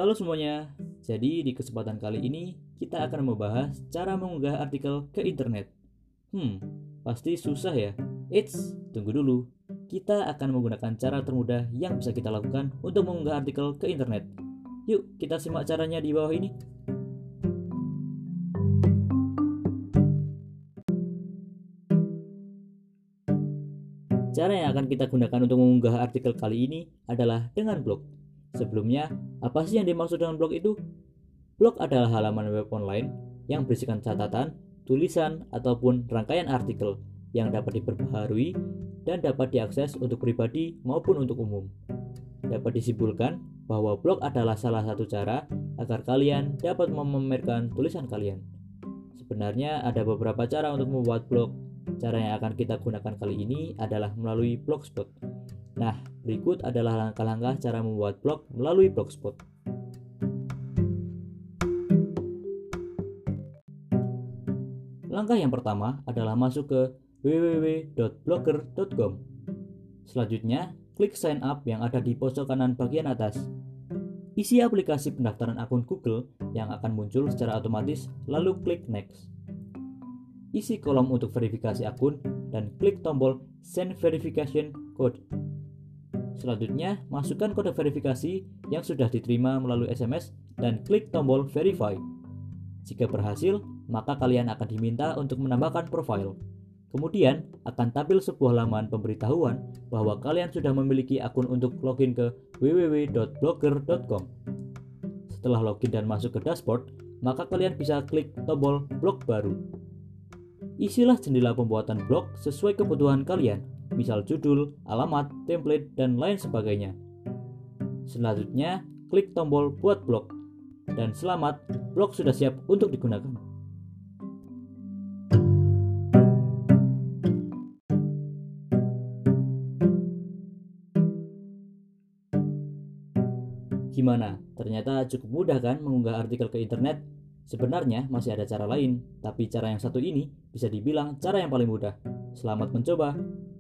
Halo semuanya, jadi di kesempatan kali ini kita akan membahas cara mengunggah artikel ke internet. Pasti susah ya? Eits, tunggu dulu. Kita akan menggunakan cara termudah yang bisa kita lakukan untuk mengunggah artikel ke internet. Yuk, kita simak caranya di bawah ini. Cara yang akan kita gunakan untuk mengunggah artikel kali ini adalah dengan blog. Sebelumnya, apa sih yang dimaksud dengan blog itu? Blog adalah halaman web online yang berisikan catatan, tulisan, ataupun rangkaian artikel yang dapat diperbaharui dan dapat diakses untuk pribadi maupun untuk umum. Dapat disimpulkan bahwa blog adalah salah satu cara agar kalian dapat memamerkan tulisan kalian. Sebenarnya ada beberapa cara untuk membuat blog. Cara yang akan kita gunakan kali ini adalah melalui Blogspot. Nah, berikut adalah langkah-langkah cara membuat blog melalui Blogspot. Langkah yang pertama adalah masuk ke www.blogger.com. Selanjutnya, klik sign up yang ada di pojok kanan bagian atas. Isi aplikasi pendaftaran akun Google yang akan muncul secara otomatis, lalu klik next. Isi kolom untuk verifikasi akun dan klik tombol send verification code. Selanjutnya, masukkan kode verifikasi yang sudah diterima melalui SMS dan klik tombol verify. Jika berhasil, maka kalian akan diminta untuk menambahkan profil. Kemudian, akan tampil sebuah halaman pemberitahuan bahwa kalian sudah memiliki akun untuk login ke www.blogger.com. Setelah login dan masuk ke dashboard, maka kalian bisa klik tombol blog baru. Isilah jendela pembuatan blog sesuai kebutuhan kalian, misal judul, alamat, template, dan lain sebagainya. Selanjutnya, klik tombol buat blog. Dan selamat, blog sudah siap untuk digunakan. Gimana? Ternyata cukup mudah kan mengunggah artikel ke internet? Sebenarnya masih ada cara lain, tapi cara yang satu ini bisa dibilang cara yang paling mudah. Selamat mencoba!